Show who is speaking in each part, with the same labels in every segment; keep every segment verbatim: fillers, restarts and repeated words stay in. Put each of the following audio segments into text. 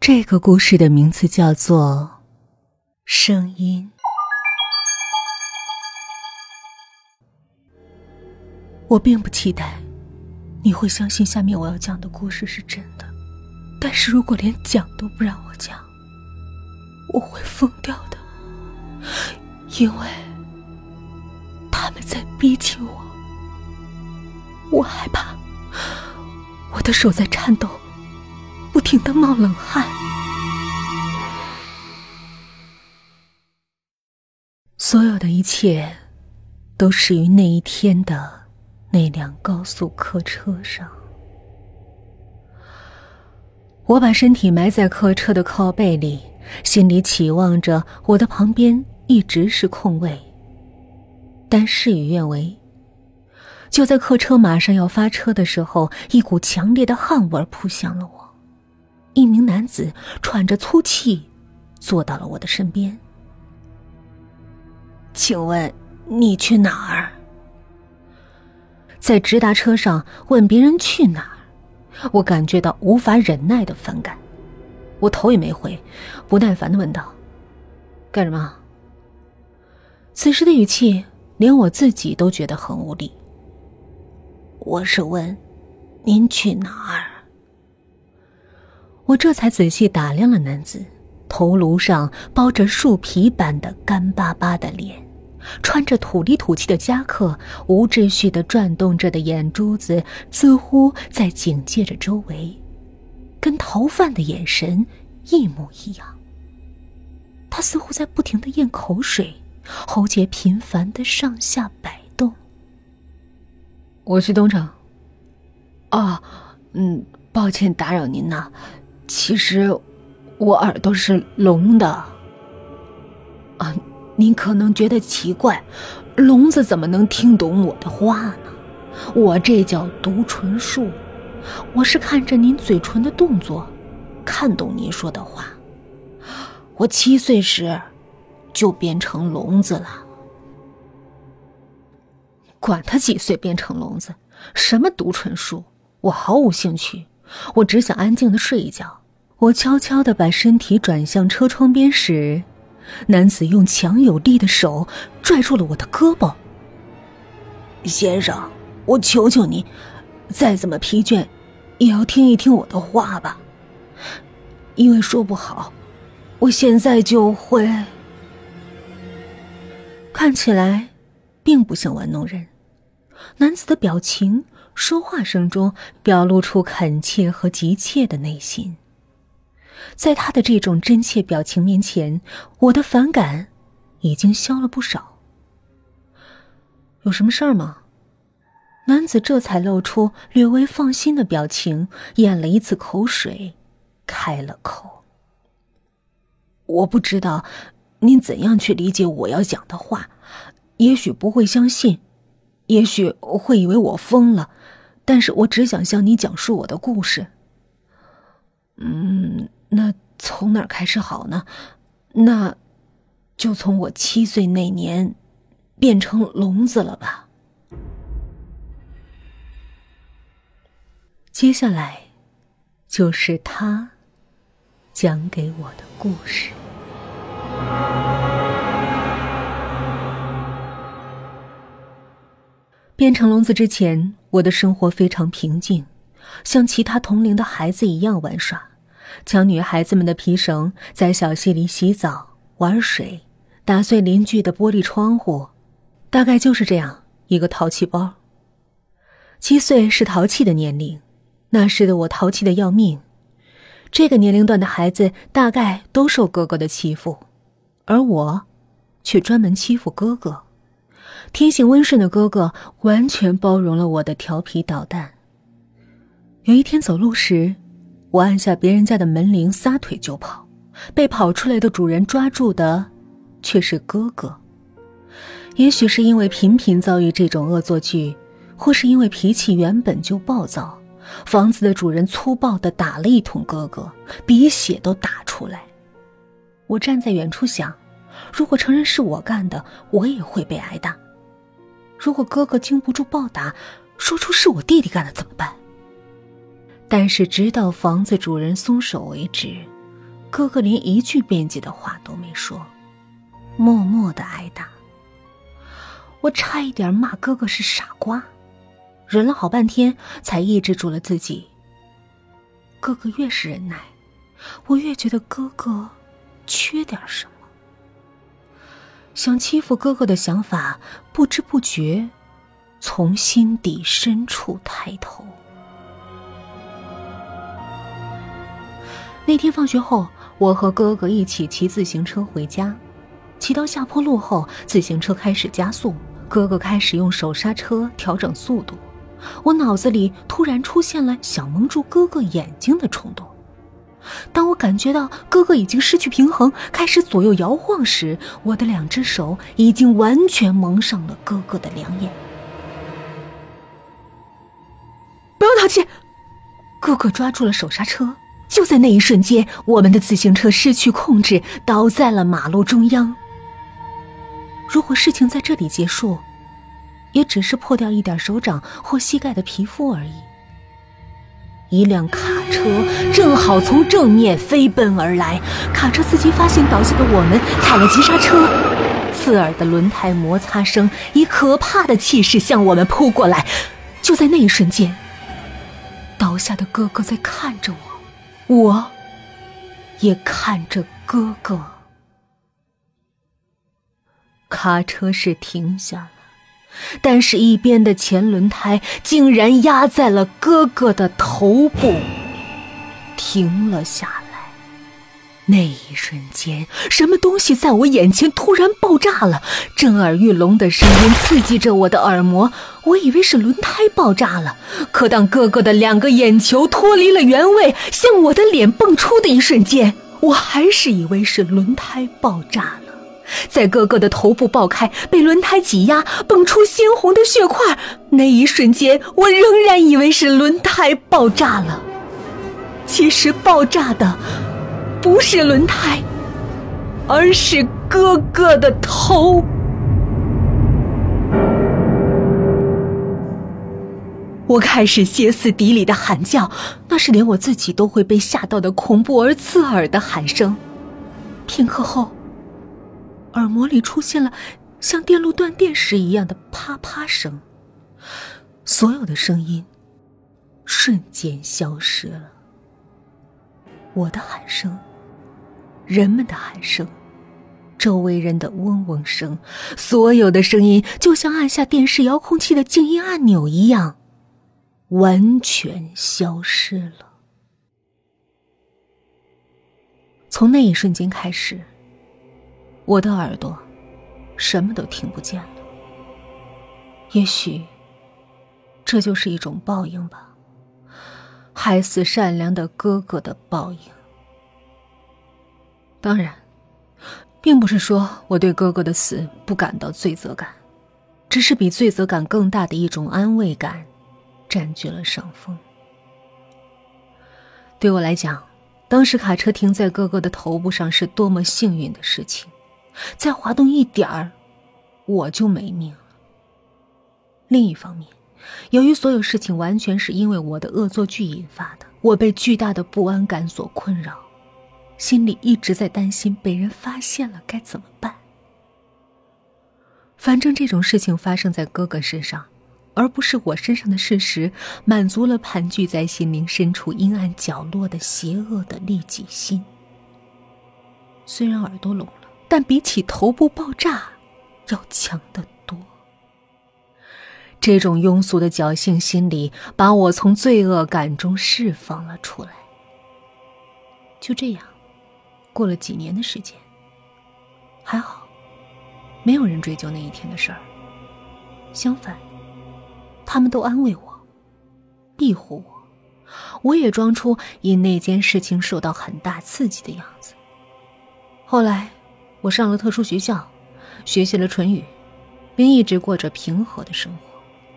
Speaker 1: 这个故事的名字叫做声音。我并不期待你会相信下面我要讲的故事是真的，但是如果连讲都不让我讲，我会疯掉的，因为他们在逼近我，我害怕，我的手在颤抖，不停地冒冷汗。所有的一切都始于那一天的那辆高速客车上。我把身体埋在客车的靠背里，心里期望着我的旁边一直是空位，但事与愿违。就在客车马上要发车的时候，一股强烈的汗味扑向了我。一名男子喘着粗气坐到了我的身边。请问你去哪儿？在直达车上问别人去哪儿，我感觉到无法忍耐的反感。我头也没回，不耐烦地问道：干什么？此时的语气连我自己都觉得很无力。我是问您去哪儿。我这才仔细打量了男子，头颅上包着树皮般的干巴巴的脸，穿着土里土气的夹克，无秩序地转动着的眼珠子似乎在警戒着周围，跟逃犯的眼神一模一样。他似乎在不停地咽口水，喉结频繁地上下摆动。我是东城。哦，嗯，抱歉打扰您呐，其实我耳朵是聋的。啊，您可能觉得奇怪，聋子怎么能听懂我的话呢？我这叫读唇术，我是看着您嘴唇的动作看懂您说的话。我七岁时就变成聋子了。管他几岁变成聋子，什么读唇术，我毫无兴趣，我只想安静地睡一觉。我悄悄地把身体转向车窗边时，男子用强有力的手拽住了我的胳膊。先生，我求求你，再怎么疲倦也要听一听我的话吧，因为说不好我现在就会……看起来并不像玩弄人，男子的表情说话声中表露出恳切和急切的内心。在他的这种真切表情面前，我的反感已经消了不少。有什么事儿吗？男子这才露出略微放心的表情，咽了一次口水，开了口。我不知道您怎样去理解我要讲的话，也许不会相信，也许会以为我疯了，但是我只想向你讲述我的故事。嗯，那从哪儿开始好呢？那就从我七岁那年变成聋子了吧。接下来就是他讲给我的故事。变成聋子之前，我的生活非常平静，像其他同龄的孩子一样玩耍，抢女孩子们的皮绳，在小溪里洗澡玩水，打碎邻居的玻璃窗户，大概就是这样一个淘气包。七岁是淘气的年龄，那时的我淘气的要命。这个年龄段的孩子大概都受哥哥的欺负，而我却专门欺负哥哥。天性温顺的哥哥完全包容了我的调皮捣蛋。有一天走路时，我按下别人家的门铃，撒腿就跑，被跑出来的主人抓住的却是哥哥。也许是因为频频遭遇这种恶作剧，或是因为脾气原本就暴躁，房子的主人粗暴地打了一通哥哥，鼻血都打出来。我站在远处想，如果承认是我干的，我也会被挨打。如果哥哥经不住暴打，说出是我弟弟干的怎么办？但是直到房子主人松手为止， 哥哥连一句辩解的话都没说，默默地挨打。我差一点骂哥哥是傻瓜，忍了好半天才抑制住了自己。哥哥越是忍耐，我越觉得哥哥缺点什么。想欺负哥哥的想法不知不觉从心底深处抬头。那天放学后，我和哥哥一起骑自行车回家，骑到下坡路后，自行车开始加速，哥哥开始用手刹车调整速度。我脑子里突然出现了想蒙住哥哥眼睛的冲动。当我感觉到哥哥已经失去平衡，开始左右摇晃时，我的两只手已经完全蒙上了哥哥的两眼。不要淘气！哥哥抓住了手刹车，就在那一瞬间，我们的自行车失去控制，倒在了马路中央。如果事情在这里结束，也只是破掉一点手掌或膝盖的皮肤而已。一辆卡车正好从正面飞奔而来，卡车司机发现倒下的我们，踩了急刹车，刺耳的轮胎摩擦声以可怕的气势向我们扑过来。就在那一瞬间，倒下的哥哥在看着我，我也看着哥哥。卡车是停下了，但是一边的前轮胎竟然压在了哥哥的头部，停了下来。那一瞬间，什么东西在我眼前突然爆炸了，震耳欲聋的声音刺激着我的耳膜，我以为是轮胎爆炸了。可当哥哥的两个眼球脱离了原位，向我的脸蹦出的一瞬间，我还是以为是轮胎爆炸了。在哥哥的头部爆开，被轮胎挤压，蹦出鲜红的血块，那一瞬间我仍然以为是轮胎爆炸了。其实爆炸的不是轮胎，而是哥哥的头。我开始歇斯底里的喊叫，那是连我自己都会被吓到的恐怖而刺耳的喊声。片刻后，耳膜里出现了像电路断电时一样的啪啪声，所有的声音瞬间消失了。我的喊声，人们的喊声，周围人的嗡嗡声，所有的声音就像按下电视遥控器的静音按钮一样，完全消失了。从那一瞬间开始，我的耳朵什么都听不见了。也许这就是一种报应吧，害死善良的哥哥的报应。当然，并不是说我对哥哥的死不感到罪责感，只是比罪责感更大的一种安慰感占据了上风。对我来讲，当时卡车停在哥哥的头部上是多么幸运的事情，再滑动一点儿，我就没命了。另一方面，由于所有事情完全是因为我的恶作剧引发的，我被巨大的不安感所困扰，心里一直在担心被人发现了该怎么办。反正这种事情发生在哥哥身上，而不是我身上的事实，满足了盘踞在心灵深处阴暗角落的邪恶的利己心。虽然耳朵聋了，但比起头部爆炸要强得多。这种庸俗的侥幸心理把我从罪恶感中释放了出来。就这样过了几年的时间，还好没有人追究那一天的事儿，相反，他们都安慰我，庇护我，我也装出因那件事情受到很大刺激的样子。后来我上了特殊学校，学习了唇语，并一直过着平和的生活。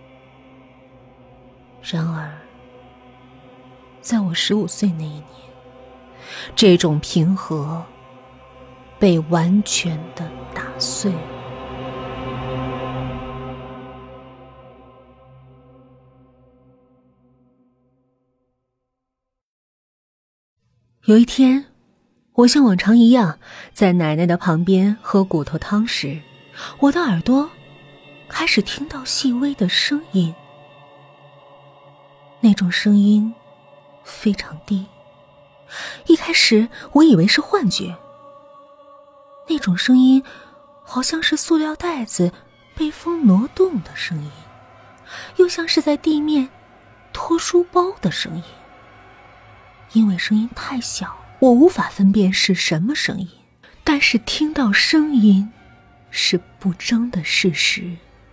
Speaker 1: 然而在我十五岁那一年，这种平和被完全的打碎了。有一天， 我像往常一样在奶奶的旁边喝骨头汤时，我的耳朵开始听到细微的声音。那种声音非常低，一开始我以为是幻觉。那种声音好像是塑料袋子被风挪动的声音，又像是在地面拖书包的声音。因为声音太小，我无法分辨是什么声音，但是听到声音是不争的事实。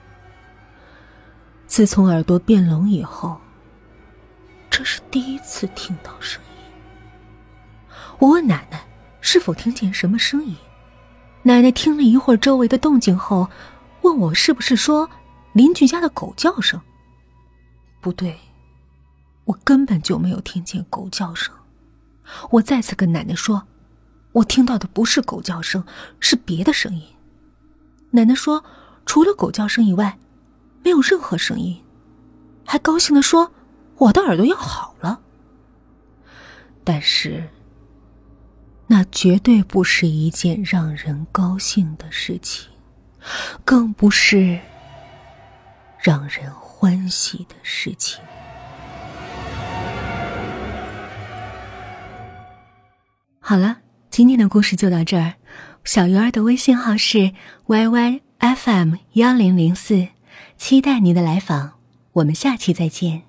Speaker 1: 自从耳朵变聋以后，这是第一次听到声音。我问奶奶是否听见什么声音，奶奶听了一会儿周围的动静后，问我是不是说邻居家的狗叫声。不对，我根本就没有听见狗叫声。我再次跟奶奶说，我听到的不是狗叫声，是别的声音。奶奶说除了狗叫声以外没有任何声音，还高兴地说我的耳朵要好了。但是那绝对不是一件让人高兴的事情，更不是让人欢喜的事情。好了，今天的故事就到这儿。小鱼儿的微信号是 Y Y F M 一零零四，期待你的来访，我们下期再见。